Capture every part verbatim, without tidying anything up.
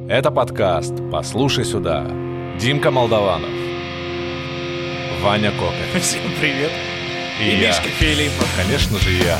Это подкаст «Послушай сюда». Димка Молдованов, Ваня Кокарь. Всем привет. И, И я. Мишка Филиппов. Конечно же, я.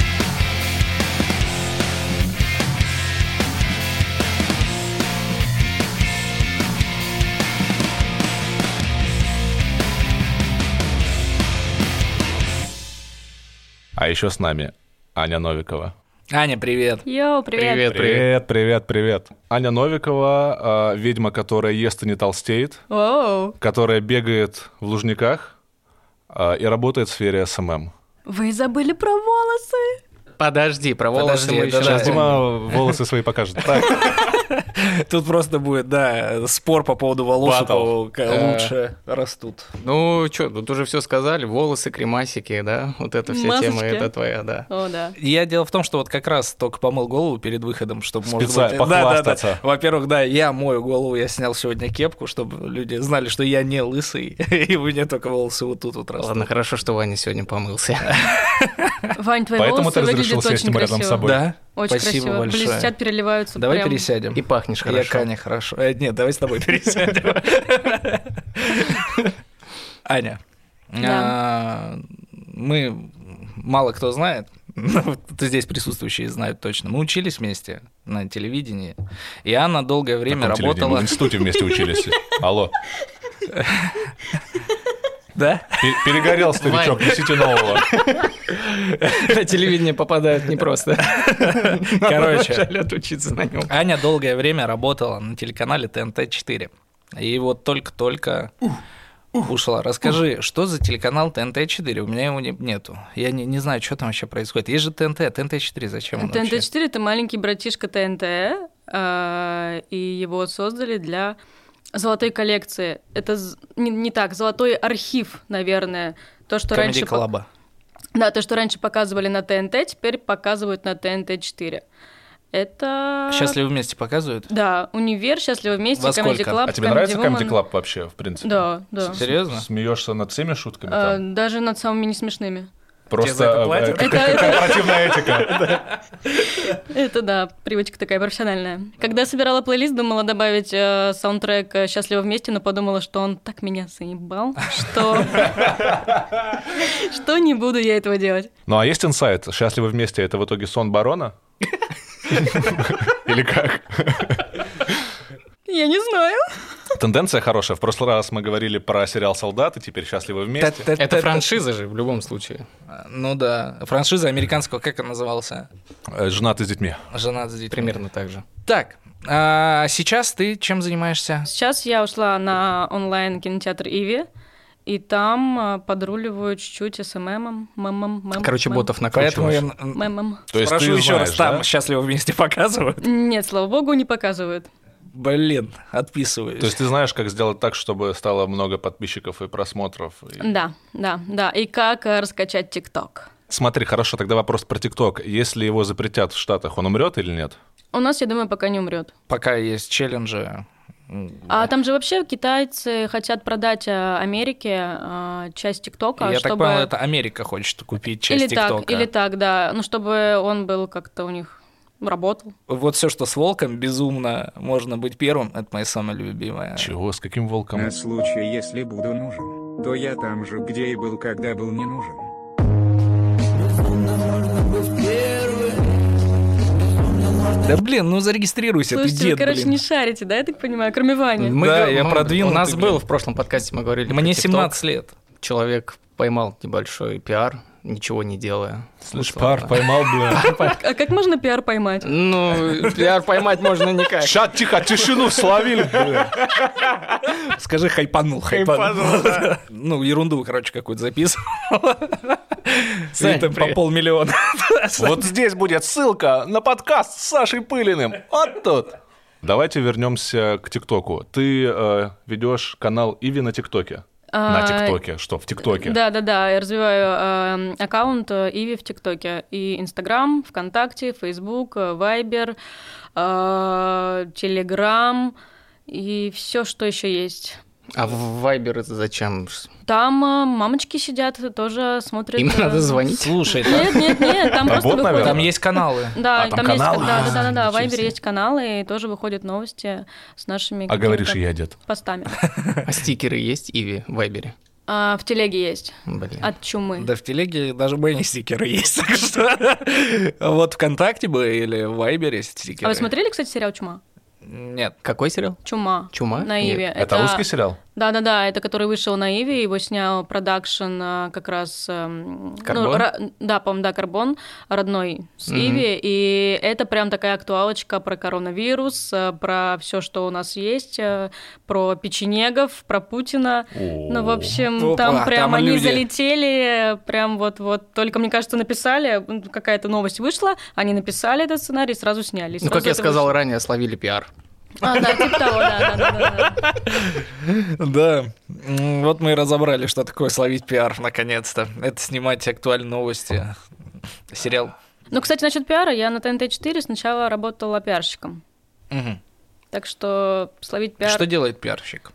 А еще с нами Аня Новикова. Аня, привет. Йоу, привет. Привет, привет, привет. Аня Новикова, э, ведьма, которая ест и не толстеет, Воу. которая бегает в Лужниках э, и работает в сфере эс эм эм. Вы забыли про волосы? Подожди, про волосы Подожди, мы еще да, Сейчас да. Дима волосы свои покажет. Так, Тут просто будет, да, спор по поводу волос, у Батл. кого к- Э. лучше растут. Ну, что, тут уже все сказали, волосы, кремасики, да, вот эта вся Масочки. тема, это твоя, да. О, да. Я дело в том, что вот как раз только помыл голову перед выходом, чтобы, может Специально быть... Да, да, да. похвастаться. Во-первых, да, я мою голову, я снял сегодня кепку, чтобы люди знали, что я не лысый, и у меня только волосы вот тут вот растут. Ладно, хорошо, что Ваня сегодня помылся. Вань, твои Поэтому волосы ты разрешил выглядят сесть очень рядом с красиво. собой. Да? Очень Спасибо красиво. большое. Блестят, переливаются. Давай прям. пересядем. И пахнешь Я хорошо. Аня, хорошо. Э, Нет, давай с тобой пересядем. Аня, Да. а, мы, мало кто знает, ну, здесь присутствующие знают точно, мы учились вместе на телевидении, и Анна долгое время На каком телевидении? Мы работала... в институте вместе учились. Алло. Да? Пе- Перегорел старичок, несите нового. На телевидение попадают непросто. Короче, Жаль отучиться на нем. Аня долгое время работала на телеканале Т Н Т четыре, и вот только-только... ушла. Расскажи, что за телеканал Т Н Т четыре? У меня его не- нету. Я не, не знаю, что там вообще происходит. Есть же Т Н Т, Т Н Т четыре, зачем он Т Н Т вообще? четыре — это маленький братишка Т Н Т, э, и его создали для золотой коллекции. Это з- не, не так, золотой архив, наверное. То, что Comedy раньше... по- Club. Да, то, что раньше показывали на Т Н Т, теперь показывают на Т Н Т четыре. Это... Счастливы вместе показывают? Да, «Универ», «Счастливы вместе», Во Comedy сколько? Club, А тебе нравится Comedy Comedy Woman. Club вообще, в принципе? Да, да. Серьезно? Смеешься над всеми шутками А, там? даже над самыми несмешными. Просто за это э, платят? как- Это- как корпоративная этика. Это да, привычка такая профессиональная. Когда собирала плейлист, думала добавить э, саундтрек э, «Счастливы вместе», но подумала, что он так меня заебал, что... Что не буду я этого делать. Ну а есть инсайт? «Счастливы вместе» — это в итоге сон барона? Или как? Я не знаю. Тенденция хорошая. В прошлый раз мы говорили про сериал «Солдаты», теперь «Счастливы вместе». Это франшиза же в любом случае. Ну да. Франшиза американского, как он назывался? Э, «Женаты с детьми». «Женат с детьми». Примерно так же. Так, а сейчас ты чем занимаешься? Сейчас я ушла на онлайн-кинотеатр «Иви», и там э, подруливаю чуть-чуть эс эм эм, мемом, мем, Короче, мем, ботов Поэтому я накручиваешь. н- мемом. То есть спрошу ты еще знаешь, раз, там да? «Счастливы вместе» показывают? Нет, слава богу, не показывают. Блин, отписываюсь. То есть ты знаешь, как сделать так, чтобы стало много подписчиков и просмотров? и- Да, да, да. И как э, раскачать ТикТок. Смотри, хорошо, тогда вопрос про ТикТок. Если его запретят в Штатах, он умрет или нет? У нас, я думаю, пока не умрет. Пока есть челленджи. м, А там же вообще китайцы хотят продать э, Америке э, часть ТикТока, Я чтобы... так понял, это Америка хочет купить часть или ТикТока. так, или так, да. Ну, чтобы он был как-то у них работал. Вот все, что с волком, безумно можно быть первым, это моя самая любимая. Чего? С каким волком? На случай, если буду нужен, то я там же, где и был, когда был не нужен. Да блин, ну зарегистрируйся, Слушайте, ты дед, вы, короче, блин. не шарите, да, я так понимаю, кроме Вани? Мы- Да, я ну, продвинутый, У нас блин. был в прошлом подкасте, мы говорили Мне про TikTok. семнадцать лет. Человек поймал небольшой пиар, ничего не делая. Слышь, Условно. пар поймал, бля. А как можно пиар поймать? Ну, пиар поймать можно никак. Ща, тихо, тишину словили, бля. Скажи, хайпанул, хайпанул. Ну, ерунду, короче, какую-то записывал. Сань, Это по привет. полмиллиона. Вот здесь будет ссылка на подкаст с Сашей Пылиным. Вот тут. Давайте вернемся к ТикТоку. Ты э, ведешь канал Иви на ТикТоке. На А, ТикТоке. Что, в ТикТоке? Да, да, да. Я развиваю э, аккаунт э, Иви в ТикТоке. И Инстаграм, ВКонтакте, Фейсбук, э, Вайбер, э, Телеграм и все, что еще есть. А в Viber зачем? Там э, мамочки сидят, тоже смотрят. Им э, надо звонить? Слушай, Нет, нет, нет, там А просто бот, выходит. наверное? там есть каналы. Да, А, там там есть, каналы? да, да, да, да, да. В ничего Вайбере себе. есть каналы, и тоже выходят новости с нашими А говоришь, какими-то едет. постами. А стикеры есть Иви в Вайбере? А, в телеге есть. Блин. От чумы. Да в телеге даже бенни-стикеры есть, так что... Вот ВКонтакте бы или в Вайбере стикеры. А вы смотрели, кстати, сериал «Чума»? Нет. Какой сериал? «Чума». Чума? На Нет. Иве. Это русский сериал? Да-да-да, это который вышел на Иве, его снял продакшн а, как раз... эм, «Карбон»? Ну, ра- да, по-моему, да, «Карбон», родной с Мгм. Иви, и это прям такая актуалочка про коронавирус, э, про все, что у нас есть, э, про печенегов, про Путина. Ну, в общем, Опа, там прям там они люди. залетели, прям вот-вот, только, мне кажется, написали, м, какая-то новость вышла, они написали этот сценарий, сразу сняли. и Ну, сразу как я это сказал вышло. ранее, словили пиар. А, да, типа того, да-да-да. Да, М, вот мы и разобрали, что такое словить пиар, наконец-то. Это снимать актуальные новости. Сериал. Ну, кстати, насчет пиара, я на Т Н Т четыре сначала работала пиарщиком. Мгм. Так что словить пиар... Что делает пиарщик?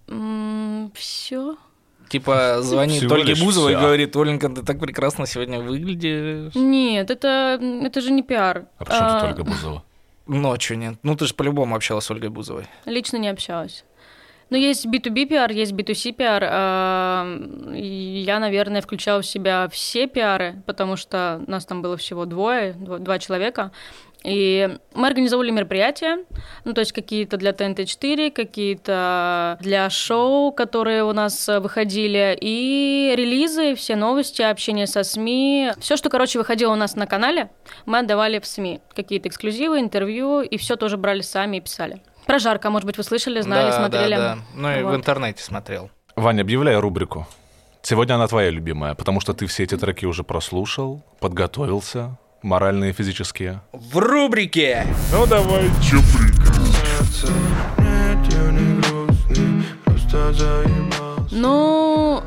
Все. Типа звонит Всего Ольге лишь Бузовой и всё. говорит: Оленька, ты так прекрасно сегодня выглядишь. Нет, это, это же не пиар. А почему А, тут Ольга Бузова? Ночью нет. Ну, ты же по-любому общалась с Ольгой Бузовой. Лично не общалась. Ну, есть би ту би пиар, есть би ту си пиар. а, и Я, наверное, включала в себя все пиары, потому что нас там было всего двое, дво- два человека. И мы организовали мероприятия, ну, то есть какие-то для Т Н Т четыре, какие-то для шоу, которые у нас э, выходили, и релизы, все новости, общение со СМИ. Все, что, короче, выходило у нас на канале, мы отдавали в СМИ. Какие-то эксклюзивы, интервью, и все тоже брали сами и писали. Про Жарко, может быть, вы слышали, знали, да, смотрели. Да, да. Ну и Вот. в интернете смотрел. Ваня, объявляй рубрику. Сегодня она твоя любимая, потому что ты все эти треки уже прослушал, подготовился, моральные и физические. В рубрике! Ну давай. Ну,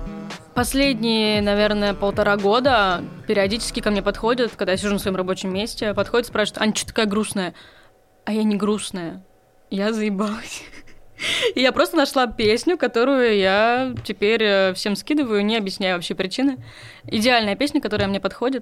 последние, наверное, полтора года периодически ко мне подходят, когда я сижу на своем рабочем месте, подходят, спрашивают: Аня, что такая грустная? А я не грустная. Я заебалась. И я просто нашла песню, которую я теперь э, всем скидываю, не объясняя вообще причины. Идеальная песня, которая мне подходит,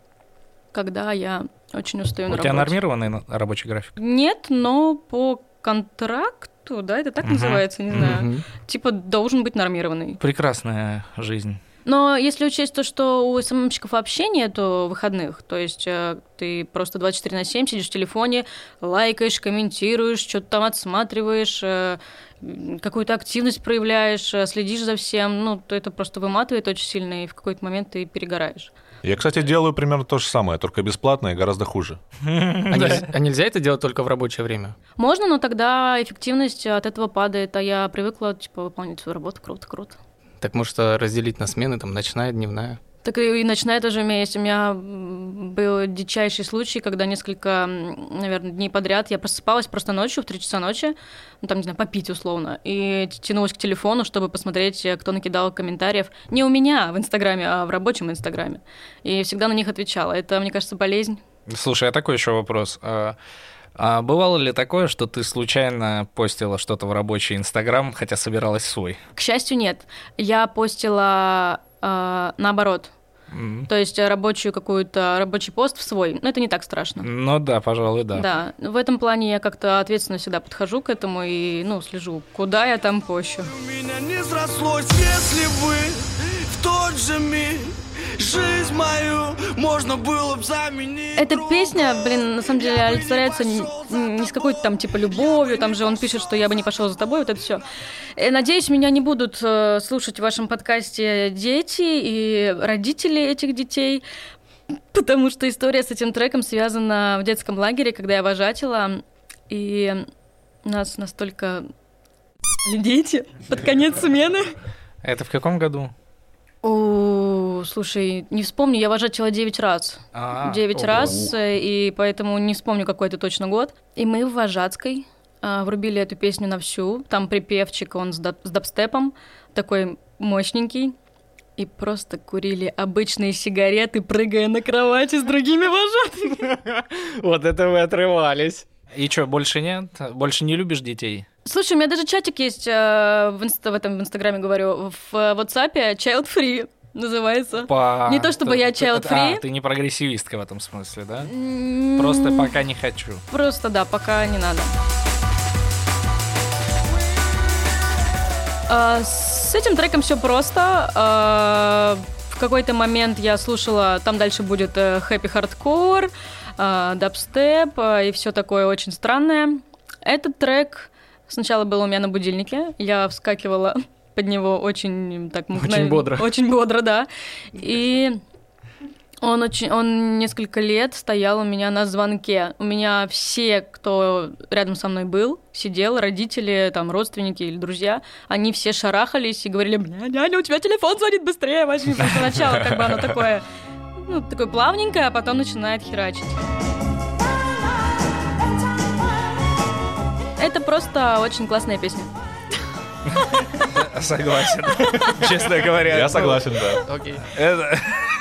когда я очень устаю на У тебя работе. нормированный на- рабочий график? Нет, но по контракту, да, это так Мгм. называется, не знаю. Мгм. Типа должен быть нормированный. Прекрасная жизнь. Но если учесть то, что у СММщиков вообще нету выходных, то есть э, ты просто двадцать четыре на семь сидишь в телефоне, лайкаешь, комментируешь, что-то там отсматриваешь, э, м, какую-то активность проявляешь, э, следишь за всем, ну, то это просто выматывает очень сильно, и в какой-то момент ты перегораешь. Я, кстати, делаю примерно то же самое, только бесплатно и гораздо хуже. А нельзя, а нельзя это делать только в рабочее время? Можно, но тогда эффективность от этого падает, а я привыкла, типа, выполнять свою работу, круто, круто. Так может разделить на смены, там, ночная, дневная? Так и, и ночная тоже у меня есть. У меня м, был дичайший случай, когда несколько, м, наверное, дней подряд я просыпалась просто ночью, в три часа ночи, ну, там, не знаю, попить условно, и тянулась к телефону, чтобы посмотреть, кто накидал комментариев. Не у меня в Инстаграме, а в рабочем Инстаграме. И всегда на них отвечала. Это, мне кажется, болезнь. Слушай, а такой еще вопрос. А, а бывало ли такое, что ты случайно постила что-то в рабочий Инстаграм, хотя собиралась в свой? К счастью, нет. Я постила э, наоборот. М. То есть э, рабочую какую-то, рабочий пост в свой. Но это не так страшно. Ну да, пожалуй, да. Да, в этом плане я как-то ответственно всегда подхожу к этому и, ну, слежу, куда я там пощу. У меня не срослось, если бы в тот же миг жизнь мою можно было бы заменить. Эта другой. песня, блин, на самом деле олицетворяется не, не с какой-то там типа любовью, там же он пишет, что я бы не пошел за тобой, вот это все. Надеюсь, меня не будут э, слушать в вашем подкасте дети и родители этих детей, потому что история с этим треком связана в детском лагере, когда я вожатила, и нас настолько дети под конец смены. Это в каком году? О, слушай, не вспомню, я вожатила девять раз. А, Девять ого. раз, э, и поэтому не вспомню, какой это точно год. И мы в Вожатской а, врубили эту песню на всю. Там припевчик, он с, даб- с дабстепом, такой мощненький. И просто курили обычные сигареты, прыгая на кровати с другими вожатыми. Вот это вы отрывались. И что, больше нет? Больше не любишь детей? Слушай, у меня даже чатик есть э, в, инста, в этом в Инстаграме, говорю, в WhatsApp, Child Free называется. По... Не то чтобы ты, я child free. А, ты не прогрессивистка в этом смысле, да? М-м- Просто пока не хочу. Просто, да, пока не надо. А, с этим треком все просто. А, в какой-то момент я слушала, там дальше будет хэппи хардкор, дабстеп и все такое очень странное. Этот трек сначала был у меня на будильнике, я вскакивала под него очень так мгновенно. Очень бодро. Очень бодро, да. И он, очень, он несколько лет стоял у меня на звонке. У меня все, кто рядом со мной был, сидел, родители, там, родственники или друзья, они все шарахались и говорили: бля, няня, у тебя телефон звонит быстрее, возьми. Потому что сначала как бы оно такое, ну, такое плавненькое, а потом начинает херачить. Это просто очень классная песня. Согласен, честно говоря. Я согласен, да. Окей. Это...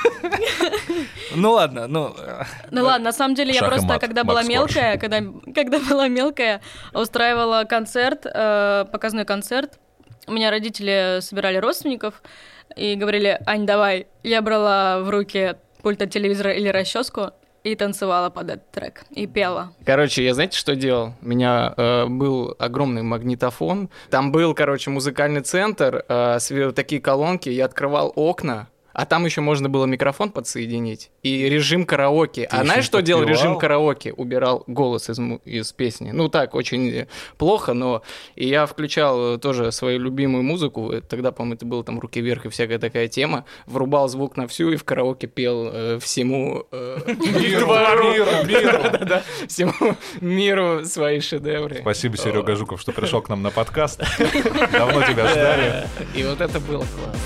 Ну ладно, ну... Ну ладно, на самом деле я Шах и просто, мат, когда Макс была Корж. мелкая, когда, когда была мелкая, устраивала концерт, э, показной концерт. У меня родители собирали родственников и говорили: Ань, давай. Я брала в руки пульт от телевизора или расческу и танцевала под этот трек, и пела. Короче, я знаете, что делал? У меня э, был огромный магнитофон. Там был, короче, музыкальный центр, э, све- такие колонки. Я открывал окна, а там еще можно было микрофон подсоединить. И режим караоке. Ты а знаешь, еще что делал подпевал? режим караоке? Убирал голос из, му- из песни. Ну так, очень плохо, но... И я включал тоже свою любимую музыку. Тогда, по-моему, это было там «Руки вверх» и всякая такая тема. Врубал звук на всю и в караоке пел э, всему... э, двору. Да-да-да, всему миру свои шедевры. Спасибо, Серега Жуков, что пришел к нам на подкаст. Давно тебя ждали. И вот это было классно.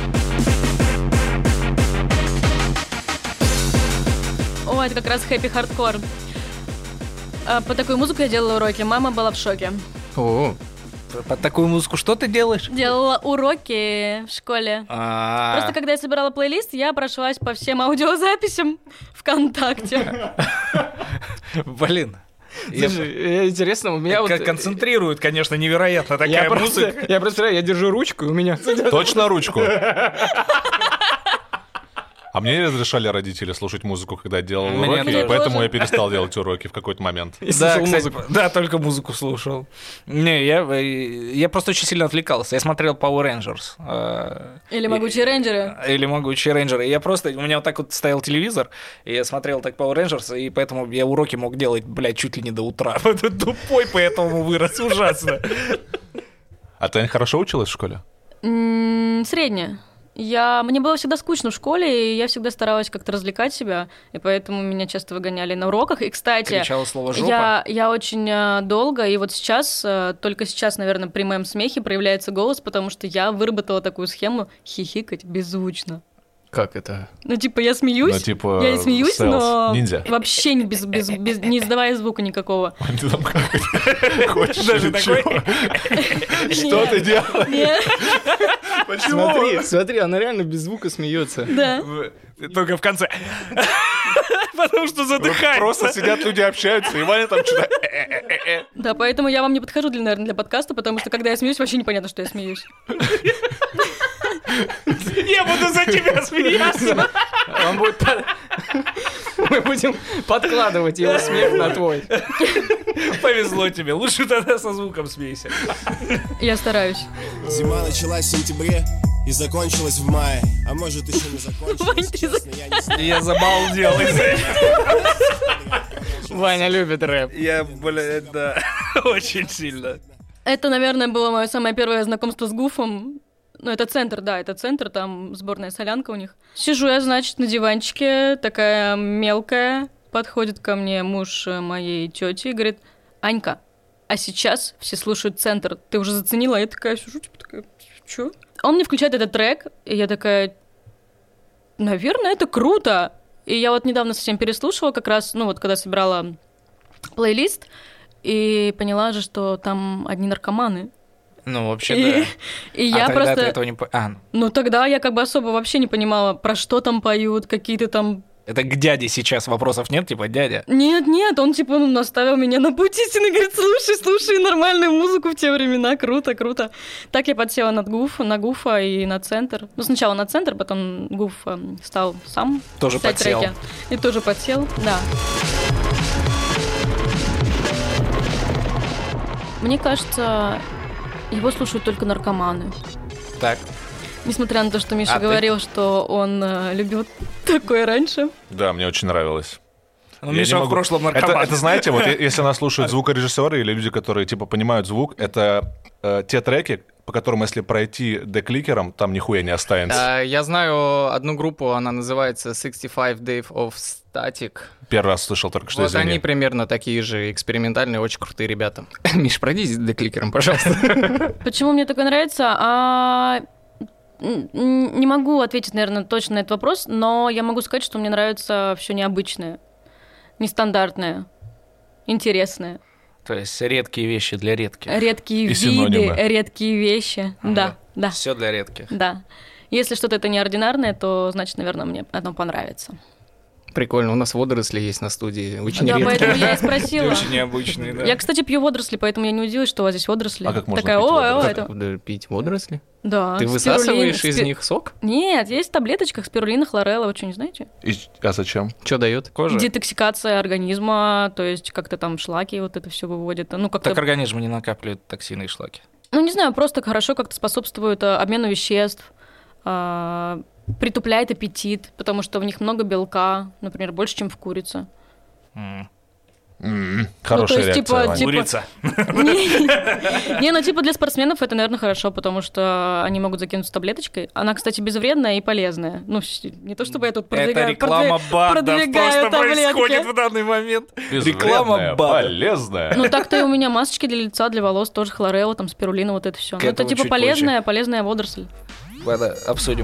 О, это как раз хэппи хардкор. А, по такой музыку я делала уроки. Мама была в шоке. О, Под такую музыку что ты делаешь? Делала уроки в школе. А, Просто когда я собирала плейлист, я прошлась по всем аудиозаписям ВКонтакте. Блин. Я- слушай, э, интересно, у меня вот... Как концентрирует, конечно, невероятно Я такая просто, музыка. я просто, я держу ручку, и у меня... Точно ручку? А мне не разрешали родители слушать музыку, когда я делал Мне уроки, тоже. и поэтому я перестал делать уроки в какой-то момент. И Да, слушал кстати, музыку. да, только музыку слушал. Не, я, я просто очень сильно отвлекался. Я смотрел Power Rangers. э, Или «Могучие рейнджеры». Или «Могучие рейнджеры». И я просто... У меня вот так вот стоял телевизор, и я смотрел так Power Rangers, и поэтому я уроки мог делать, блядь, чуть ли не до утра. Тупой, поэтому вырос ужасно. А ты хорошо училась в школе? М, Средняя. Я... Мне было всегда скучно в школе, и я всегда старалась как-то развлекать себя, и поэтому меня часто выгоняли на уроках. И, кстати, Кричало слово «жопа». я, я очень э, долго, и вот сейчас, э, только сейчас, наверное, при моем смехе проявляется голос, потому что я выработала такую схему хихикать беззвучно. Как это? Ну, типа, я смеюсь, Ну, типа, я смеюсь, стелс, но ниндзя. вообще не, без, без, без- не издавая звука никакого. Ты там хочешь Даже или такой? чего? Что ты делаешь? Нет, Смотри, смотри, она реально без звука смеется. да. Только в конце. Потому что задыхается. Просто сидят люди, общаются, и Ваня там что-то... Да, поэтому я вам не подхожу, для, наверное, для подкаста, потому что, когда я смеюсь, вообще непонятно, что я смеюсь. Я буду за тебя смеяться. Он будет под- Мы будем подкладывать его смех на твой. Повезло тебе. Лучше тогда со звуком смейся. Я стараюсь. Зима началась в сентябре и закончилась в мае. А может, еще не Вань, закончилась, ты честно, я не знаю. Я забалдел. Ваня любит рэп. Я, блядь, да. Очень сильно. Это, наверное, было мое самое первое знакомство с Гуфом. Ну, это центр, да, это центр, там сборная солянка у них. Сижу я, значит, на диванчике, такая мелкая. Подходит ко мне муж моей тети и говорит: Анька, а сейчас все слушают центр. Ты уже заценила? Я такая сижу, типа такая, чё? Он мне включает этот трек, и я такая, наверное, это круто. И я вот недавно совсем переслушала, как раз, ну, вот когда собирала плейлист, и поняла же, что там одни наркоманы. Ну, вообще, И, да. и А я тогда просто... ты этого не... по- А, Ну, тогда я как бы особо вообще не понимала, про что там поют, какие-то там Это к дяде сейчас вопросов нет, типа, дядя? Нет, нет, он типа ну, наставил меня на путь истины, говорит, слушай, слушай нормальную музыку в те времена, круто, круто. Так я подсела на Гуф, на Гуфа и на Центр. Ну, сначала на Центр, потом Гуф э, стал сам тоже писать подсел. треки. И тоже подсел, да. Мне кажется, его слушают только наркоманы. Так. Несмотря на то, что Миша А говорил, ты? что он э, любил такое раньше. Да, мне очень нравилось. Ну, Я Миша не могу- в прошлом наркоман. Это, это, знаете, вот е- если нас слушают звукорежиссеры или люди, которые типа понимают звук, это э, те треки, по которым, если пройти декликером, там нихуя не останется. А, я знаю одну группу, она называется шестьдесят пять Days of Static. Первый раз слышал только что, Вот извини. они примерно такие же экспериментальные, очень крутые ребята. Миш, пройди с декликером, пожалуйста. Почему мне такое нравится? А... н- н- Не могу ответить, наверное, точно на этот вопрос, но я могу сказать, что мне нравится все необычное, нестандартное, интересное. То есть редкие вещи для редких. Редкие И виды, синонимы. редкие вещи. Да, да, Все для редких. да. Если что-то это неординарное, то, значит, наверное, мне оно понравится. Прикольно, у нас водоросли есть на студии, очень Да, редкие. поэтому я и спросила. Очень необычный, да. Я, кстати, пью водоросли, поэтому я не удивилась, что у вас здесь водоросли. А как можно Такая, пить о, о, водоросли? это... Буду пить водоросли? Да. Ты спирулин, высасываешь из спи- них сок? Нет, есть в таблеточках спирулина, хлорелла, вы что, не знаете? И- а зачем? Что дает? Кожа. Детоксикация организма, то есть как-то там шлаки вот это все выводит. Ну, как-то... Так организм не накапливает токсины и шлаки. Ну, не знаю, просто хорошо как-то способствует а, обмену веществ, а, притупляет аппетит, потому что в них много белка, например, больше, чем в курице. М. М-м, Хорошая Ну, то есть, реакция, типа, Вань. типа- Курица. Не, не, ну типа для спортсменов это, наверное, хорошо, потому что они могут закинуться таблеточкой. Она, кстати, безвредная и полезная. Ну, с- не то чтобы я тут Это продвигаю, реклама продвиг- БАДов продвигаю просто происходит таблетки. в данный момент. Безвредная, Реклама БАДов. полезная. Ну, так-то и у меня масочки для лица, для волос, тоже хлорелла, там, спирулина, вот это все. К Ну, это этому типа чуть полезная, полезная водоросль. Ладно, обсудим.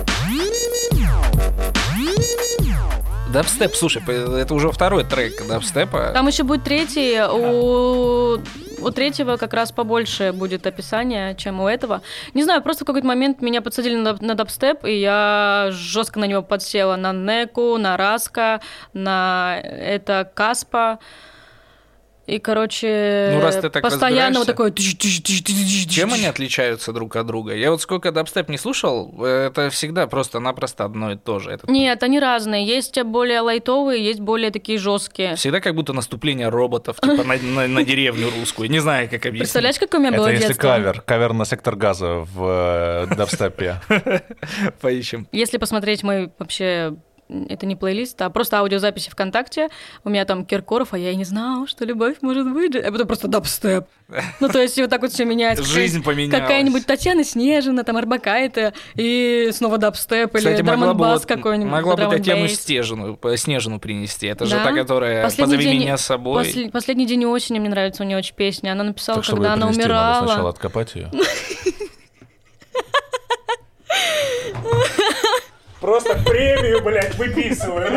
Дабстеп, слушай, п- это уже второй трек дабстепа. Там еще будет третий. У, у третьего как раз побольше будет описания, чем у этого. Не знаю, просто в какой-то момент меня подсадили на, на дабстеп, и я жестко на него подсела. На Неку, на Раска, на это Каспа. И, короче, Ну, раз ты так постоянно вот такое... Чем они отличаются друг от друга? Я вот сколько дабстеп не слушал, это всегда просто-напросто одно и то же. Это Нет, они разные. Есть более лайтовые, есть более такие жесткие. всегда как будто наступление роботов, типа на, на- на деревню русскую. Не знаю, как объяснить. Представляешь, какое у меня было Это если детство? кавер. Кавер на сектор газа в э, дабстепе. Поищем. Если посмотреть мой вообще... Это не плейлист, а просто аудиозаписи ВКонтакте. У меня там Киркоров, а я и не знала, что любовь может быть. А потом просто дабстеп. Ну, то есть вот так вот все меняется. Жизнь Какая- поменялась. Какая-нибудь Татьяна Снежина, там Арбакайте, и снова дабстеп, Кстати, или могла бы, драм-н-бас вот- какой-нибудь. могла бы драм-н-бейс. Татьяну Стежину, по- Снежину принести. Это же Да. та, которая Последний «Позови день- меня с собой». После- Последний день осени мне нравится у нее очень песня. Она написала, Так, чтобы когда ее она принести, надо сначала умирала. откопать ее. Просто премию, блядь, выписываю.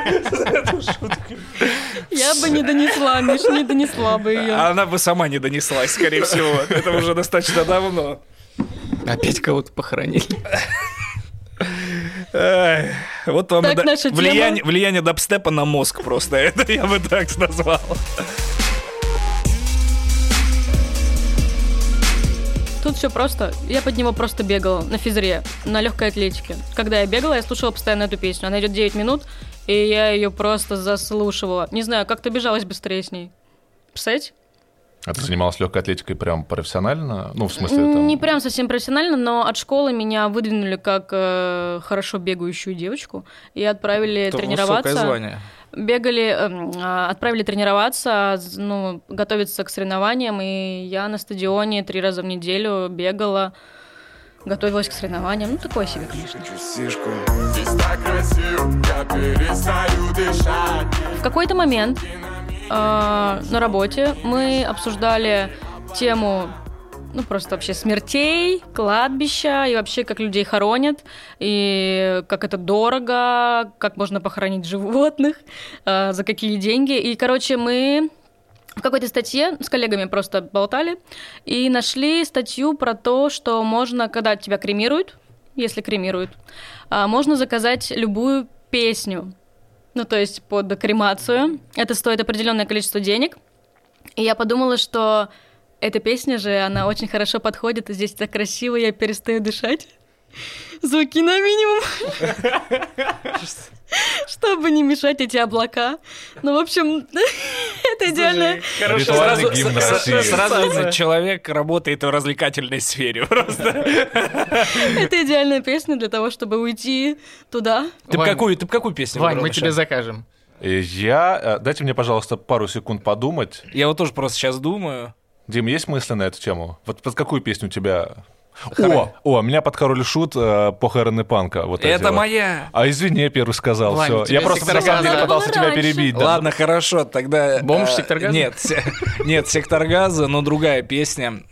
Я бы не донесла, Миш, не донесла бы ее. Она бы сама не донеслась, скорее всего. Это уже достаточно давно. Опять кого-то похоронили. Ай, Вот вам Так, и да- наша тема. влияние, влияние дабстепа на мозг просто. Это я бы так назвал. Тут все просто. Я под него просто бегала на физре, на легкой атлетике. Когда я бегала, я слушала постоянно эту песню. Она идет девять минут, и я ее просто заслушивала. Не знаю, как-то бежалась быстрее с ней. Представляете? А ты занималась легкой атлетикой прям профессионально? Ну, в смысле, там... Не прям совсем профессионально, но от школы меня выдвинули как э, хорошо бегающую девочку и отправили Это тренироваться. высокое звание. Бегали, эм, а, отправили тренироваться, з- ну, готовиться к соревнованиям, и я на стадионе три раза в неделю бегала, готовилась к соревнованиям. Ну, такое себе, конечно. В какой-то момент э, на работе мы обсуждали тему, ну, просто вообще смертей, кладбища, и вообще, как людей хоронят, и как это дорого, как можно похоронить животных, э, за какие деньги. И, короче, мы в какой-то статье с коллегами просто болтали и нашли статью про то, что можно, когда тебя кремируют, если кремируют, э, можно заказать любую песню ну, то есть под кремацию. Это стоит определенное количество денег. И я подумала, что эта песня же, она очень хорошо подходит, и здесь так красиво, я перестаю дышать. Звуки на минимум. Чтобы не мешать эти облака. Ну, в общем, это идеально. Ритуальный гимн России. Сразу видно, человек работает в развлекательной сфере просто. Это идеальная песня для того, чтобы уйти туда. Ты бы какую, ты б какую песню Вань, выбрал, мы Миша? тебе закажем. И Я... э, Дайте мне, пожалуйста, пару секунд подумать. Я вот тоже просто сейчас думаю. Дим, есть мысли на эту тему? Вот под какую песню у тебя... О, о, меня под Король и Шут э, похороны панка. Вот эти Это вот. моя. А извини, я первый сказал. Вань, Всё. тебе Я просто на сектор самом деле газа. пытался Было тебя раньше. перебить. да. Ладно, хорошо, тогда... Бомж э, «Сектор газа»? Нет, се- нет, «Сектор газа», но другая песня.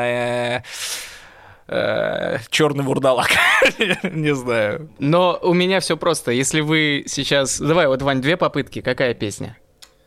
Черный вурдалак. Не знаю. Но у меня все просто. Если вы сейчас... Давай, вот, Вань, две попытки. Какая песня?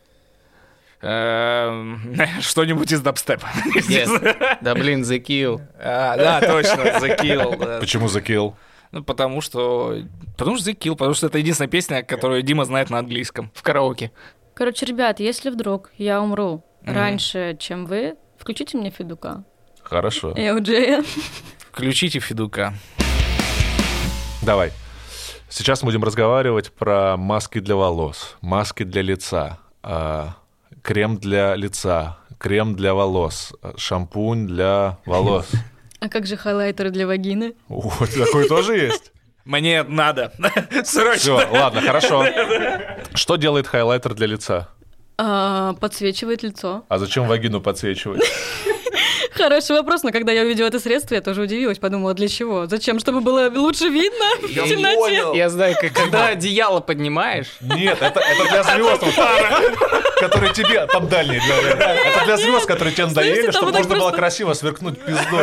Эм, Что-нибудь из дабстепа. Да блин, The Kill. А, Да, точно, The Kill. да. Почему закил? Ну, потому что... Потому что The Kill, потому что это единственная песня, которую Дима знает на английском. В караоке. Короче, ребят, если вдруг я умру раньше, чем вы, включите мне Федука. Хорошо. Я у Джея. Включите Федука. Давай. Сейчас мы будем разговаривать про маски для волос, маски для лица, а, крем для лица, крем для волос, шампунь для волос. А как же хайлайтеры для вагины? О, такой тоже есть? Мне надо. Срочно. Все, ладно, хорошо. Что делает хайлайтер для лица? А, подсвечивает лицо. А зачем вагину подсвечивать? Хороший вопрос, но когда я увидела это средство, я тоже удивилась, подумала, для чего? Зачем? Чтобы было лучше видно в темноте? Я знаю, как- когда одеяло поднимаешь... Нет, это, это для звезд, которые тебе... Там дальние. Для, это для звезд, которые тебе надоели, Слушайте, там чтобы вот так можно было просто- красиво сверкнуть пиздой.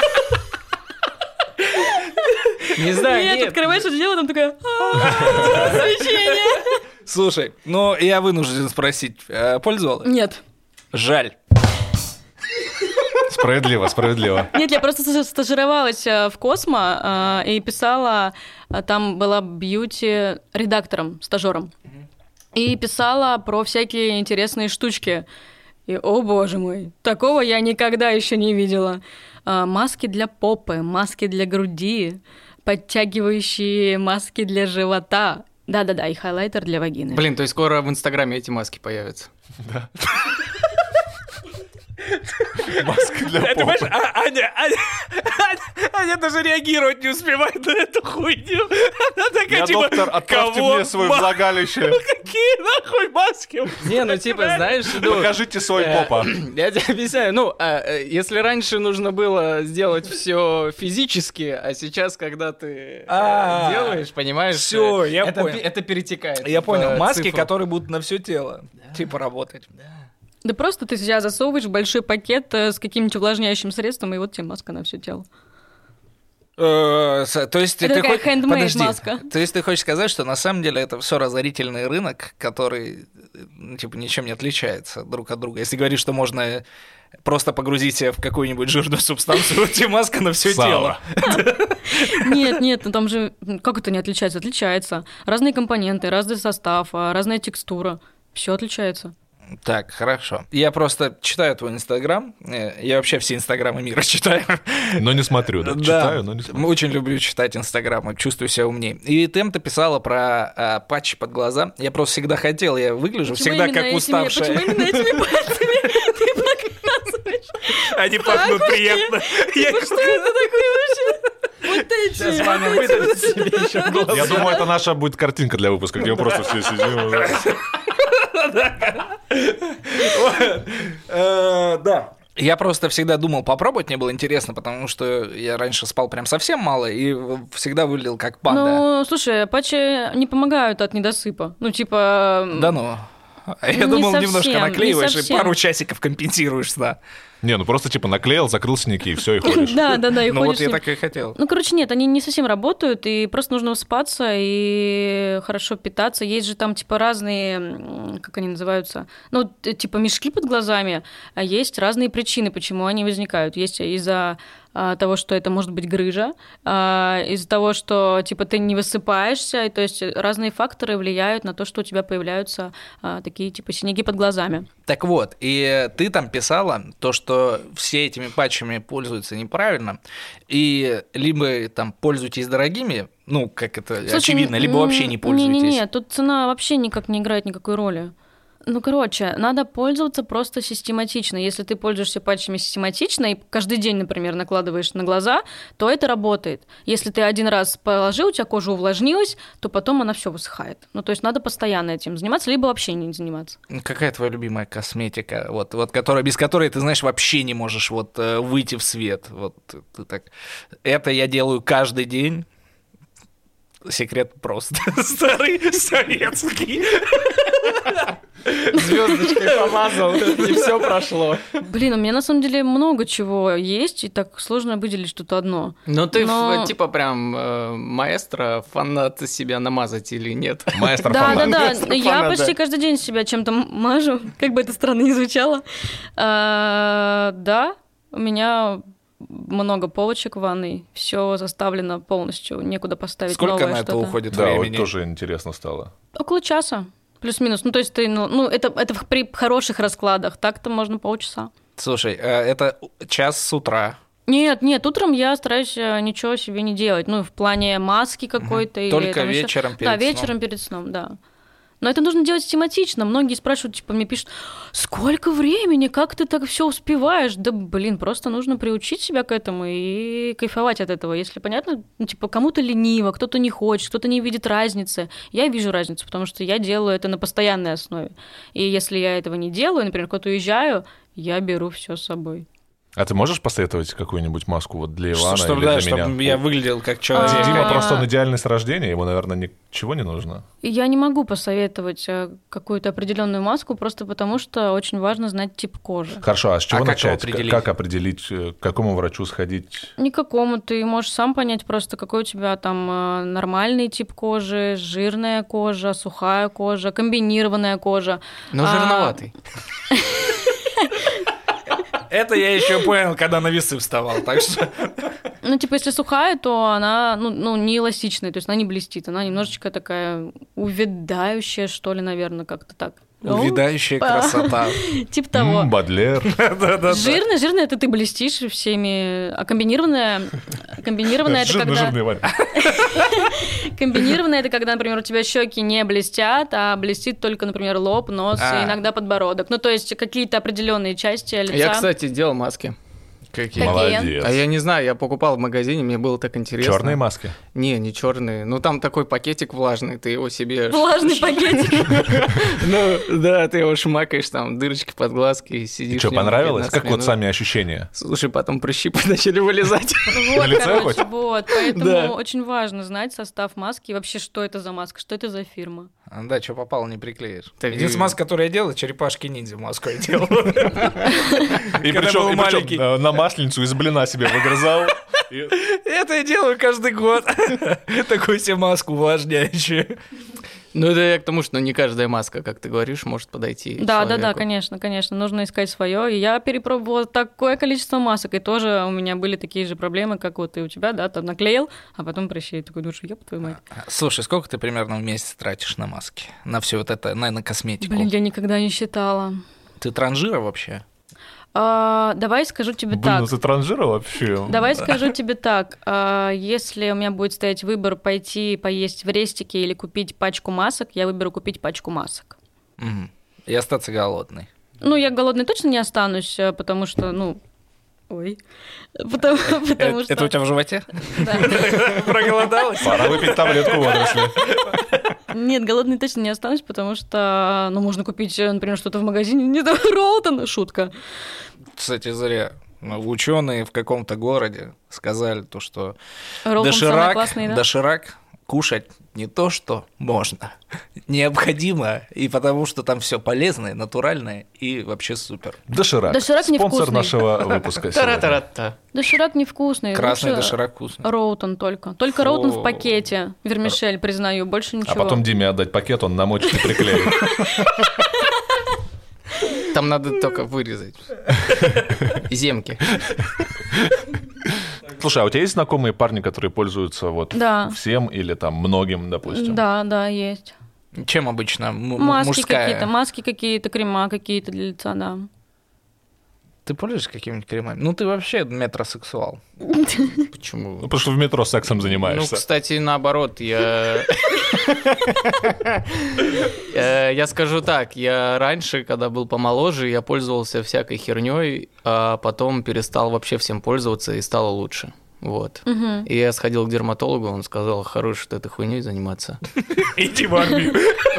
Не знаю, Нет, нет. открываешь одеяло, там такая... «А, свечение». Слушай, ну я вынужден спросить, э, пользовалась? Нет. Жаль. Справедливо, справедливо. Нет, я просто ста- стажировалась э, в Космо э, и писала, э, там была бьюти-редактором, стажером. И писала про всякие интересные штучки. И, о боже мой, такого я никогда еще не видела. Э, маски для попы, маски для груди, подтягивающие маски для живота. Да-да-да, и хайлайтер для вагины. Блин, то есть скоро в Инстаграме эти маски появятся. Маска для Ты понимаешь, попы. а- Аня, Аня, Аня, Аня даже реагировать не успевает на эту хуйню. Она такая, Я, типа, доктор, отправьте кого мне свое ма- влагалище. Какие нахуй маски? Не, ну типа, знаешь, ну... Покажите свой э, попа. Я тебе объясняю. Ну, а, э, если раньше нужно было сделать все физически, а сейчас, когда ты э, А, делаешь, понимаешь, всё, э, я это, понял. пе- это перетекает. Я в, понял, э, маски, цифру. которые будут на все тело, типа работать. Да просто ты себя засовываешь в большой пакет э, с каким-нибудь увлажняющим средством, и вот тебе маска на все тело. Э, с- То есть Это ты такая хо- handmade подожди. маска. То есть ты хочешь сказать, что на самом деле это все разорительный рынок, который ну, типа ничем не отличается друг от друга. Если говорить, что можно просто погрузить себя в какую-нибудь жирную субстанцию, вот тебе маска на все тело. Сало. Нет, нет, ну там же... м, Как это не отличается? Отличается. Разные компоненты, разный состав, а, разная текстура. Все отличается. Так, хорошо. Я просто читаю твой Инстаграм. э, Я вообще все Инстаграмы мира читаю. Но не смотрю, да? Да. Читаю, но не смотрю. Очень люблю читать Инстаграмы, чувствую себя умнее. И ты писала про а, патчи под глаза. Я просто всегда хотел, я выгляжу Почему всегда именно как этими- уставшая. Почему именно этими пальцами ты показываешь? Они пахнут Так, приятно. Я Ну что это такое вообще? Вот эти, Сейчас Ваня вот эти выдавит вот. себе еще в глаза. Я думаю, это наша будет картинка для выпуска, где мы просто все сидим. Э, Да. Я просто всегда думал попробовать, мне было интересно, потому что я раньше спал прям совсем мало и всегда выглядел как панда. Ну, слушай, патчи не помогают от недосыпа. Ну, типа... Да ну. Я Не думал, совсем, немножко не наклеиваешь и совсем. пару часиков компенсируешь сна. Не, ну просто типа наклеил, закрыл синяки, и все, и ходишь. Да, да, да, и Ну вот ходишь с я ним. так и хотел. Ну, короче, нет, они не совсем работают, и просто нужно высыпаться и хорошо питаться. Есть же там, типа, разные, м, как они называются, ну, т- типа, мешки под глазами, а есть разные причины, почему они возникают. Есть из-за того, что это может быть грыжа, из-за того, что типа ты не высыпаешься, и, то есть разные факторы влияют на то, что у тебя появляются такие типа синяки под глазами. Так вот, и ты там писала то, что все этими патчами пользуются неправильно, и либо там пользуйтесь дорогими, ну, как это Слушай, очевидно, либо вообще не пользуйтесь. Не-не-не, тут цена вообще никак не играет никакой роли. Ну, короче, надо пользоваться просто систематично. Если ты пользуешься патчами систематично и каждый день, например, накладываешь на глаза, то это работает. Если ты один раз положил, у тебя кожа увлажнилась, то потом она все высыхает. Ну, то есть надо постоянно этим заниматься, либо вообще не заниматься. Какая твоя любимая косметика, вот, вот, которая, без которой ты, знаешь, вообще не можешь вот, выйти в свет? Вот, ты так... Это я делаю каждый день. Секрет просто старый советский. Звездочкой помазал, и все прошло. Блин, у меня на самом деле много чего есть, и так сложно выделить что-то одно. Ну ты Но... типа прям э, маэстро, фанат себя намазать или нет? Маэстро да, фанат. Да, да, да. Я почти каждый день себя чем-то мажу, как бы это странно ни звучало. А, да, у меня много полочек в ванной, все заставлено полностью, некуда поставить Сколько новое на что-то. это уходит да, времени? Да, вот тоже интересно стало. Около часа. Плюс-минус. Ну, то есть ты, ну, ну это, это при хороших раскладах. Так-то можно полчаса. Слушай, это час с утра. Нет, нет, утром я стараюсь ничего себе не делать. Ну, в плане маски какой-то. Угу. Только или, вечером еще... перед да, сном? Да, вечером перед сном, да. Но это нужно делать систематично. Многие спрашивают, типа, мне пишут, сколько времени, как ты так все успеваешь? Да, блин, просто нужно приучить себя к этому и кайфовать от этого. Если понятно, ну, типа, кому-то лениво, кто-то не хочет, кто-то не видит разницы. Я вижу разницу, потому что я делаю это на постоянной основе. И если я этого не делаю, например, куда-то уезжаю, я беру все с собой. А ты можешь посоветовать какую-нибудь маску вот для Ивана чтобы, или да, для чтобы меня? я выглядел как человек. А... Дима А... просто он идеальный с рождения, ему, наверное, ничего не нужно. Я не могу посоветовать какую-то определенную маску, просто потому что очень важно знать тип кожи. Хорошо, а с чего а начать? Как определить? Как определить, к какому врачу сходить? Никакому. Ты можешь сам понять просто, какой у тебя там нормальный тип кожи, жирная кожа, сухая кожа, комбинированная кожа. Но а... жирноватый. Это я еще понял, когда на весы вставал, так что... Ну, типа, если сухая, то она, ну, ну, не эластичная, то есть она не блестит, она немножечко такая увядающая, что ли, наверное, как-то так. Увядающая красота. Типа того. Бадлер. Жирная, жирная, это ты блестишь всеми, а комбинированная, комбинированная это когда... Жирный, Ваня. Комбинированная это когда, например, у тебя щеки не блестят, а блестит только, например, лоб, нос, и иногда подбородок. Ну, то есть какие-то определенные части лица. Я, кстати, делал маски. Какие? Молодец. А я не знаю, я покупал в магазине, мне было так интересно. Черные маски? Не, не черные. Ну там такой пакетик влажный, ты его себе. Влажный пакетик. Ну да, ты его шмакаешь, там дырочки под глазки и сидишь. Что, понравилось? Как вот сами ощущения? Слушай, потом прыщи начали вылезать. Вот, короче, вот. Поэтому очень важно знать состав маски и вообще, что это за маска, что это за фирма. Да, что попало, не приклеишь. Так единственная и... маска, которую я делал, черепашки-ниндзя маску я делал. И причем на масленицу из блина себе выгрызал. Это я делаю каждый год. Такую себе маску увлажняющую. Ну, это я к тому, что не каждая маска, как ты говоришь, может подойти. Да, человеку. да, да, конечно, конечно. Нужно искать свое. И я перепробовала такое количество масок, и тоже у меня были такие же проблемы, как вот и у тебя, да, там наклеил, а потом прыщи. Такой, думаешь, ёб твою мать. Слушай, сколько ты примерно в месяц тратишь на маски? На все вот это, на, на косметику? Блин, я никогда не считала. Ты транжира вообще? А, давай скажу тебе Блин, так. Ну ты транжира вообще. Давай скажу тебе так. А, если у меня будет стоять выбор пойти поесть в рестике или купить пачку масок, я выберу купить пачку масок. Угу. И остаться голодной. Ну, я голодной точно не останусь, потому что, ну... Ой. Потому, потому это, что... это у тебя в животе? Да. Проголодалась? Пора выпить таблетку водоросли. Нет, голодной точно не останусь, потому что, ну, можно купить, например, что-то в магазине, не знаю, Роллтон, шутка. Кстати, зря. Ученые в каком-то городе сказали то, что Роллтон самый классный, да? доширак кушать не то, что можно, необходимо, и потому что там все полезное, натуральное и вообще супер. Доширак. Доширак спонсор невкусный. нашего выпуска сегодня. Доширак невкусный. Красный Лучше доширак вкусный. Роллтон только. Только Роллтон в пакете. Вермишель, признаю, больше ничего. А потом Диме отдать пакет, он намочит и приклеит. Там надо только вырезать земки. Слушай, а у тебя есть знакомые парни, которые пользуются вот Да. всем или там многим, допустим? Да, да, есть. Чем обычно? М- Маски мужская? какие-то, маски какие-то, крема какие-то для лица, да. Ты пользуешься какими-нибудь кремами? Ну, ты вообще метросексуал. Почему? Ну, потому что в метро сексом Ну, занимаешься. кстати, наоборот, я... Э, Я скажу так, я раньше, когда был помоложе, я пользовался всякой херней, а потом перестал вообще всем пользоваться и стало лучше. Вот. Мгм. И я сходил к дерматологу, он сказал, хорош вот этой хуйней заниматься. Иди в армию.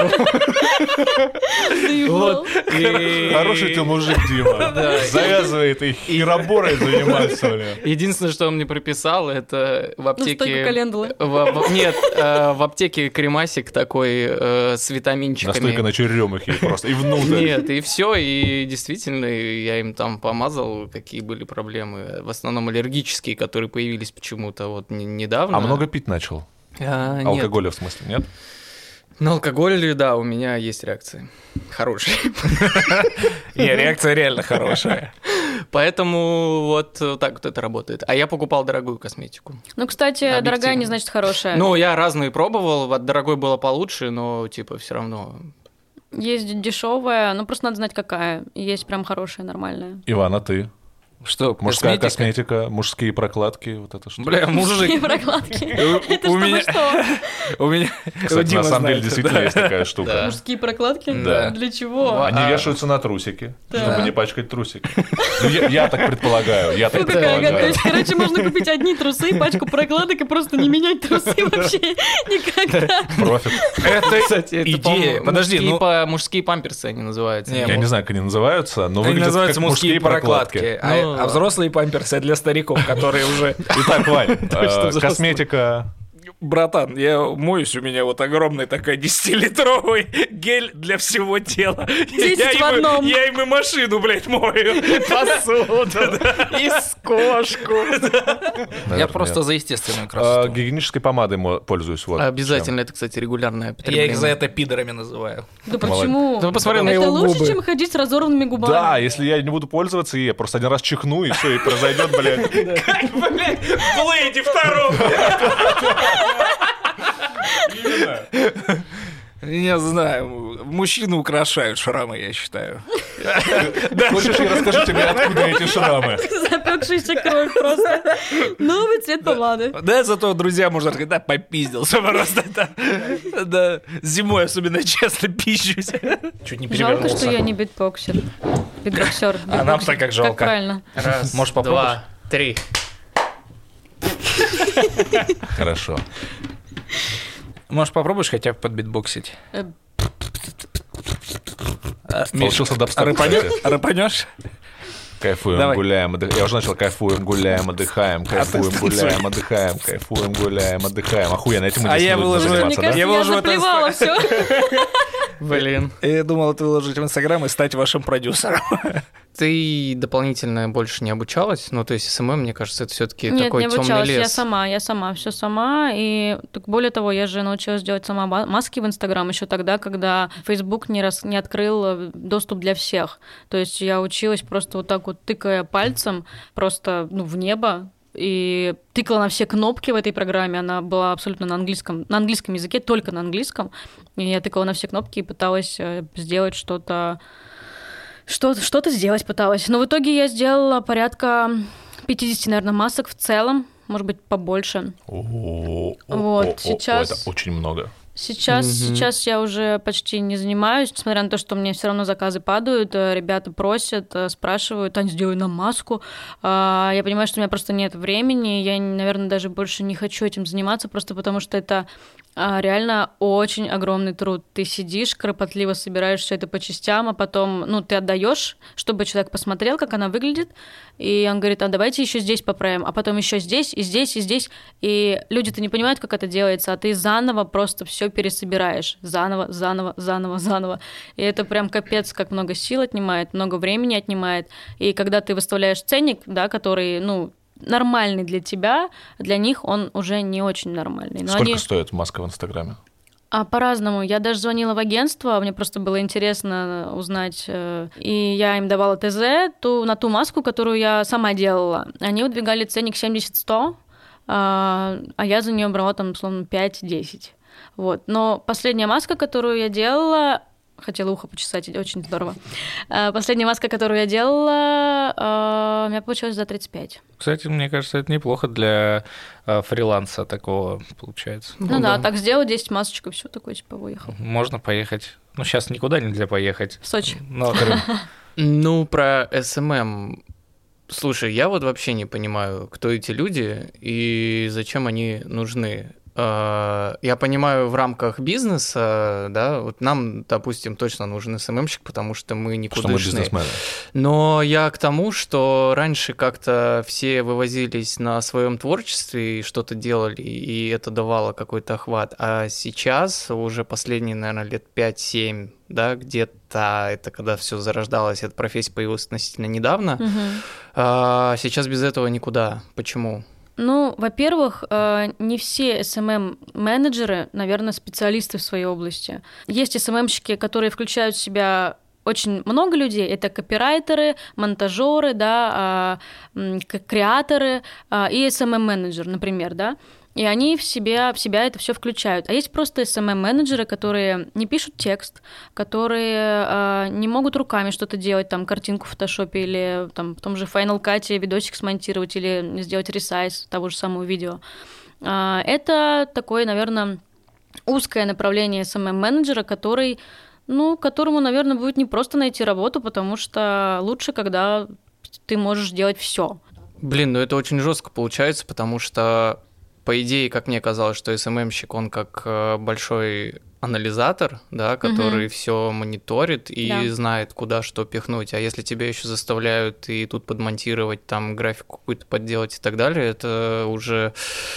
Заебал. И- Хороший ты мужик, Дима. Завязывай этой хероборой заниматься, бля. Единственное, что он мне прописал, это в Настойка аптеке... календулы. в- в- Нет, э, в аптеке кремасик такой э, с витаминчиками. Настолько на черемухе просто. И внутрь. Нет, и все, и действительно, я им там помазал, какие были проблемы. В основном аллергические, которые появились почему-то вот не- недавно. А много пить начал? А, нет. Алкоголя в смысле, нет? На алкоголь, да, у меня есть реакции. Хорошие. Не, реакция реально хорошая. Поэтому вот так вот это работает. А я покупал дорогую косметику. Ну, кстати, Объективно. дорогая не значит хорошая. Ну, я разные пробовал, от дорогой было получше, но типа все равно. Есть дешевая, ну просто надо знать какая. И есть прям хорошая, нормальная. Иван, а ты? Что, Мужская косметика? косметика, мужские прокладки, вот это что? Бля, И мужик, прокладки. у- Это у чтобы меня- что? у меня... Кстати, Дима на самом деле знает, действительно да. есть такая штука. Да. Мужские прокладки? Да. Для чего? Они А- вешаются на трусики, Да. чтобы не пачкать трусики. Ну, я, я так предполагаю, я так Фу, какая гадость. То предполагаю. есть, короче, можно купить одни трусы, пачку прокладок и просто не менять трусы вообще никогда. Профит. Это, Кстати, это, идея. по-моему, Подожди, мужские, ну... по- мужские памперсы они называются. Не, Я не знаю, как они называются, но Они выглядят называются как мужские прокладки. А, Ну, а взрослые памперсы для стариков, которые уже... Итак, Вань, Точно э, взрослые. косметика. Братан, я моюсь, у меня вот огромный такой десятилитровый гель для всего тела. Десять я в им, и- одном. Я им и машину, блядь, мою. посуду, и кошку. Я Наверное, просто нет. за естественную А, красоту. гигиенической помадой мо- пользуюсь. Вот Обязательно, это, кстати, регулярное Я потребление. их за это пидорами называю. Да почему? Да посмотри на Это его лучше, губы. чем ходить с разорванными чем. губами. Да, если я не буду пользоваться ей, я просто один раз чихну, и все, и произойдет, блядь. Блядь, в Блэйде втором. Не знаю, мужчины украшают шрамы, я считаю. Хочешь, я расскажу тебе, откуда эти шрамы? Запекшаяся кровь просто. Новый цвет помады. Да, зато друзья можно сказать, да, попиздился просто. Да, да. Зимой особенно часто пищусь. Чуть не Жалко, перевернулся. что я не битбоксер. Битбоксер. А нам-то как жалко. Как правильно? Раз, Можешь попробовать? два, три. Хорошо. Может, попробуешь хотя бы подбитбоксить? Э, А, Миш, Получился дабстеп, рыпанешь? кстати. Рыпанешь? Кайфуем, Давай. гуляем, отдыхаем. Я уже начал кайфуем, гуляем, отдыхаем, кайфуем, ты гуляем, отдыхаем, кайфуем, гуляем, отдыхаем. Охуенно, этим мы А здесь я не будем выложу- Мне заниматься, да? кажется, Я я выложу это заплевала все. Блин. Я думал, это выложить в Инстаграм и стать вашим продюсером. Ты дополнительно больше не обучалась? Ну, то есть СММ, мне кажется, это все-таки Нет, такой не темный обучалась, лес. я сама, я сама, все сама. И так более того, я же научилась делать сама ба- маски в Инстаграм еще тогда, когда Facebook не, рас... не открыл э, доступ для всех. То есть я училась просто вот так вот, тыкая пальцем просто ну, в небо, и тыкала на все кнопки в этой программе. Она была абсолютно на английском, на английском языке, только на английском. И я тыкала на все кнопки и пыталась э, сделать что-то, что- что-то сделать пыталась. Но в итоге я сделала порядка пятьдесят, наверное, масок в целом, может быть, побольше. О, о, Вот, о, о, сейчас- Это очень много. Сейчас, Мгм. сейчас я уже почти не занимаюсь, несмотря на то, что мне все равно заказы падают, э, ребята просят, э, спрашивают, Тань, сделай нам маску. А, Я понимаю, что у меня просто нет времени, я, наверное, даже больше не хочу этим заниматься, просто потому что это а, реально очень огромный труд. Ты сидишь, кропотливо собираешь все это по частям, а потом, ну, ты отдаешь, чтобы человек посмотрел, как она выглядит, и он говорит, а давайте еще здесь поправим, а потом еще здесь, и здесь, и здесь. И люди-то не понимают, как это делается, а ты заново просто все пересобираешь. Заново, заново, заново, заново. И это прям капец, как много сил отнимает, много времени отнимает. И когда ты выставляешь ценник, да, который, ну, нормальный для тебя, для них он уже не очень нормальный. Но Сколько они... стоит маска в Инстаграме? А по-разному. Я даже звонила в агентство, мне просто было интересно узнать, и я им давала ТЗ ту, на ту маску, которую я сама делала. Они выдвигали ценник семьдесят-сто, а я за нее брала там, условно, пять-десять. Вот. Но последняя маска, которую я делала, хотела ухо почесать, очень здорово. Последняя маска, которую я делала, у меня получилось за тридцать пять. Кстати, мне кажется, это неплохо для фриланса такого получается. Ну, Ну да, да. так сделал десять масочек, и все такое, типа, выехал. Можно поехать. Ну, сейчас никуда нельзя поехать. В Сочи. Но Крым. Ну, про эс эм эм. Слушай, я вот вообще не понимаю, кто эти люди и зачем они нужны. Я понимаю, в рамках бизнеса, да, вот нам, допустим, точно нужен эс эм эм-щик, потому что мы никудышные. Что мы бизнесмены. Но я к тому, что раньше как-то все вывозились на своем творчестве и что-то делали, и это давало какой-то охват. А сейчас, уже последние, наверное, лет пять-семь, да, где-то это когда все зарождалось, эта профессия появилась относительно недавно. Угу. А сейчас без этого никуда. Почему? Ну, во-первых, не все эс эм эм-менеджеры, наверное, специалисты в своей области. Есть эс эм эм-щики, которые включают в себя очень много людей. Это копирайтеры, монтажеры, да, креаторы и эс эм эм-менеджер, например, да. И они в себя, в себя это все включают. А есть просто эс эм эм-менеджеры, которые не пишут текст, которые э, не могут руками что-то делать, там, картинку в фотошопе или там, в том же Final Cut видосик смонтировать или сделать ресайз того же самого видео. Э, это такое, наверное, узкое направление эс эм эм-менеджера, который, ну, которому, наверное, будет не просто найти работу, потому что лучше, когда ты можешь делать все. Блин, ну это очень жестко получается, потому что по идее, как мне казалось, что эс эм эм-щик, он как большой анализатор, да, который угу. все мониторит и да. знает, куда что пихнуть. А если тебя еще заставляют и тут подмонтировать, там графику какую-то подделать и так далее, это уже...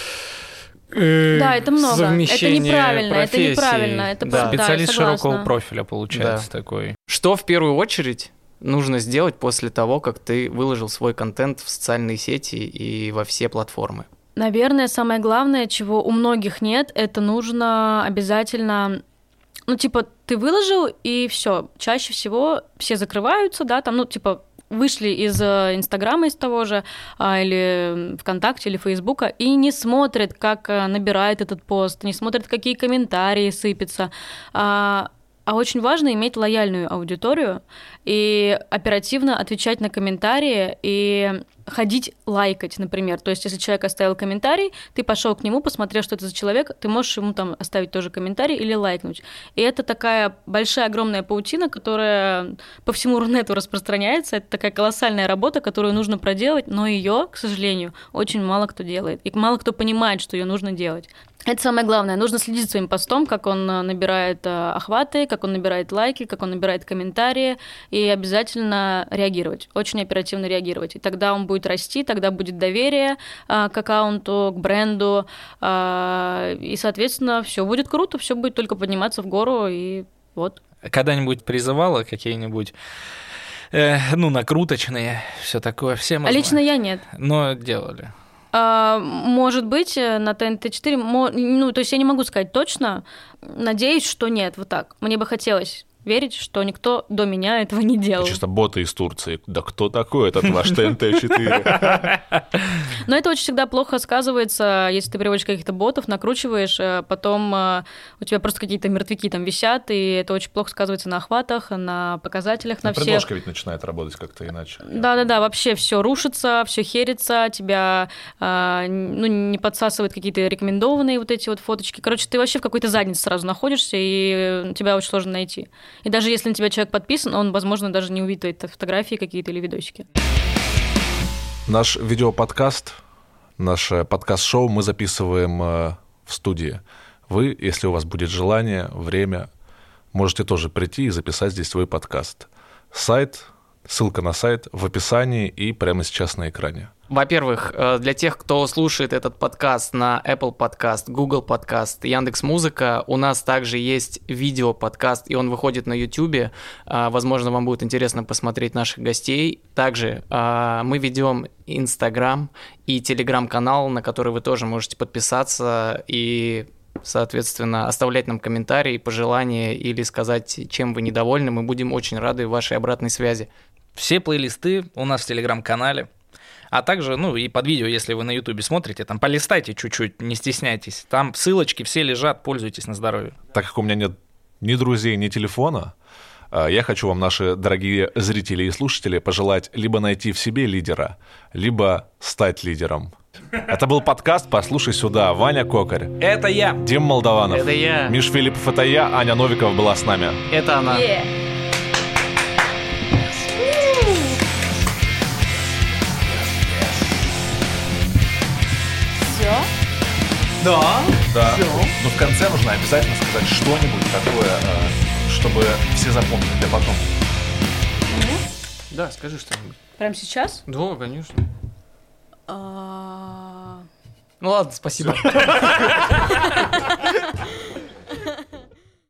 Да, это много. Это неправильно, профессии. это неправильно. Это да. Специалист да, широкого профиля получается да. такой. Что в первую очередь нужно сделать после того, как ты выложил свой контент в социальные сети и во все платформы? Наверное, самое главное, чего у многих нет, это нужно обязательно, ну, типа, ты выложил, и все. Чаще всего все закрываются, да, там, ну, типа, вышли из Инстаграма, из того же, или ВКонтакте, или Фейсбука, и не смотрят, как набирает этот пост, не смотрят, какие комментарии сыпятся. А очень важно иметь лояльную аудиторию и оперативно отвечать на комментарии и ходить лайкать, например. То есть, если человек оставил комментарий, ты пошел к нему, посмотрел, что это за человек, ты можешь ему там оставить тоже комментарий или лайкнуть. И это такая большая, огромная паутина, которая по всему Рунету распространяется. Это такая колоссальная работа, которую нужно проделать, но ее, к сожалению, очень мало кто делает. И мало кто понимает, что ее нужно делать. Это самое главное. Нужно следить за своим постом, как он набирает охваты, как он набирает лайки, как он набирает комментарии, и обязательно реагировать, очень оперативно реагировать. И тогда он будет расти, тогда будет доверие к аккаунту, к бренду, и, соответственно, все будет круто, все будет только подниматься в гору, и вот. Когда-нибудь призывала какие-нибудь, э, ну, накруточные, все такое, все мы А лично знаем. я нет. Но делали. Может быть, на ТНТ четыре, ну, то есть я не могу сказать точно, надеюсь, что нет, вот так. Мне бы хотелось верить, что никто до меня этого не делал. Чисто боты из Турции. Да кто такой этот ваш ТНТ четыре? Но это очень всегда плохо сказывается, если ты приводишь каких-то ботов, накручиваешь, потом у тебя просто какие-то мертвяки там висят, и это очень плохо сказывается на охватах, на показателях, на всех. Предложка ведь начинает работать как-то иначе. Да-да-да, вообще все рушится, все херится, тебя ну, не подсасывают какие-то рекомендованные вот эти вот фоточки. Короче, ты вообще в какой-то заднице сразу находишься, и тебя очень сложно найти. И даже если на тебя человек подписан, он, возможно, даже не увидит твои фотографии какие-то или видосики. Наш видеоподкаст, наше подкаст-шоу мы записываем в студии. Вы, если у вас будет желание, время, можете тоже прийти и записать здесь свой подкаст. Сайт, ссылка на сайт в описании и прямо сейчас на экране. Во-первых, для тех, кто слушает этот подкаст на Apple Podcast, Google Podcast, Яндекс.Музыка, у нас также есть видео-подкаст, и он выходит на YouTube. Возможно, вам будет интересно посмотреть наших гостей. Также мы ведем Instagram и Telegram-канал, на который вы тоже можете подписаться и соответственно, оставлять нам комментарии, пожелания или сказать, чем вы недовольны. Мы будем очень рады вашей обратной связи. Все плейлисты у нас в Телеграм-канале. А также, ну, и под видео, если вы на Ютубе смотрите, там полистайте чуть-чуть, не стесняйтесь. Там ссылочки все лежат, пользуйтесь на здоровье. Так как у меня нет ни друзей, ни телефона, я хочу вам, наши дорогие зрители и слушатели, пожелать либо найти в себе лидера, либо стать лидером. Это был подкаст «Послушай сюда». Ваня Кокарь. Это я. Дим Молдованов. Это я. Миш Филиппов, это я. Аня Новикова была с нами. Это она. Yeah. Все? Да. Да. Но в конце нужно обязательно сказать что-нибудь такое, чтобы все запомнили для потом. Да, скажи что-нибудь. Прямо сейчас? Да, конечно. А... Ну ладно, спасибо.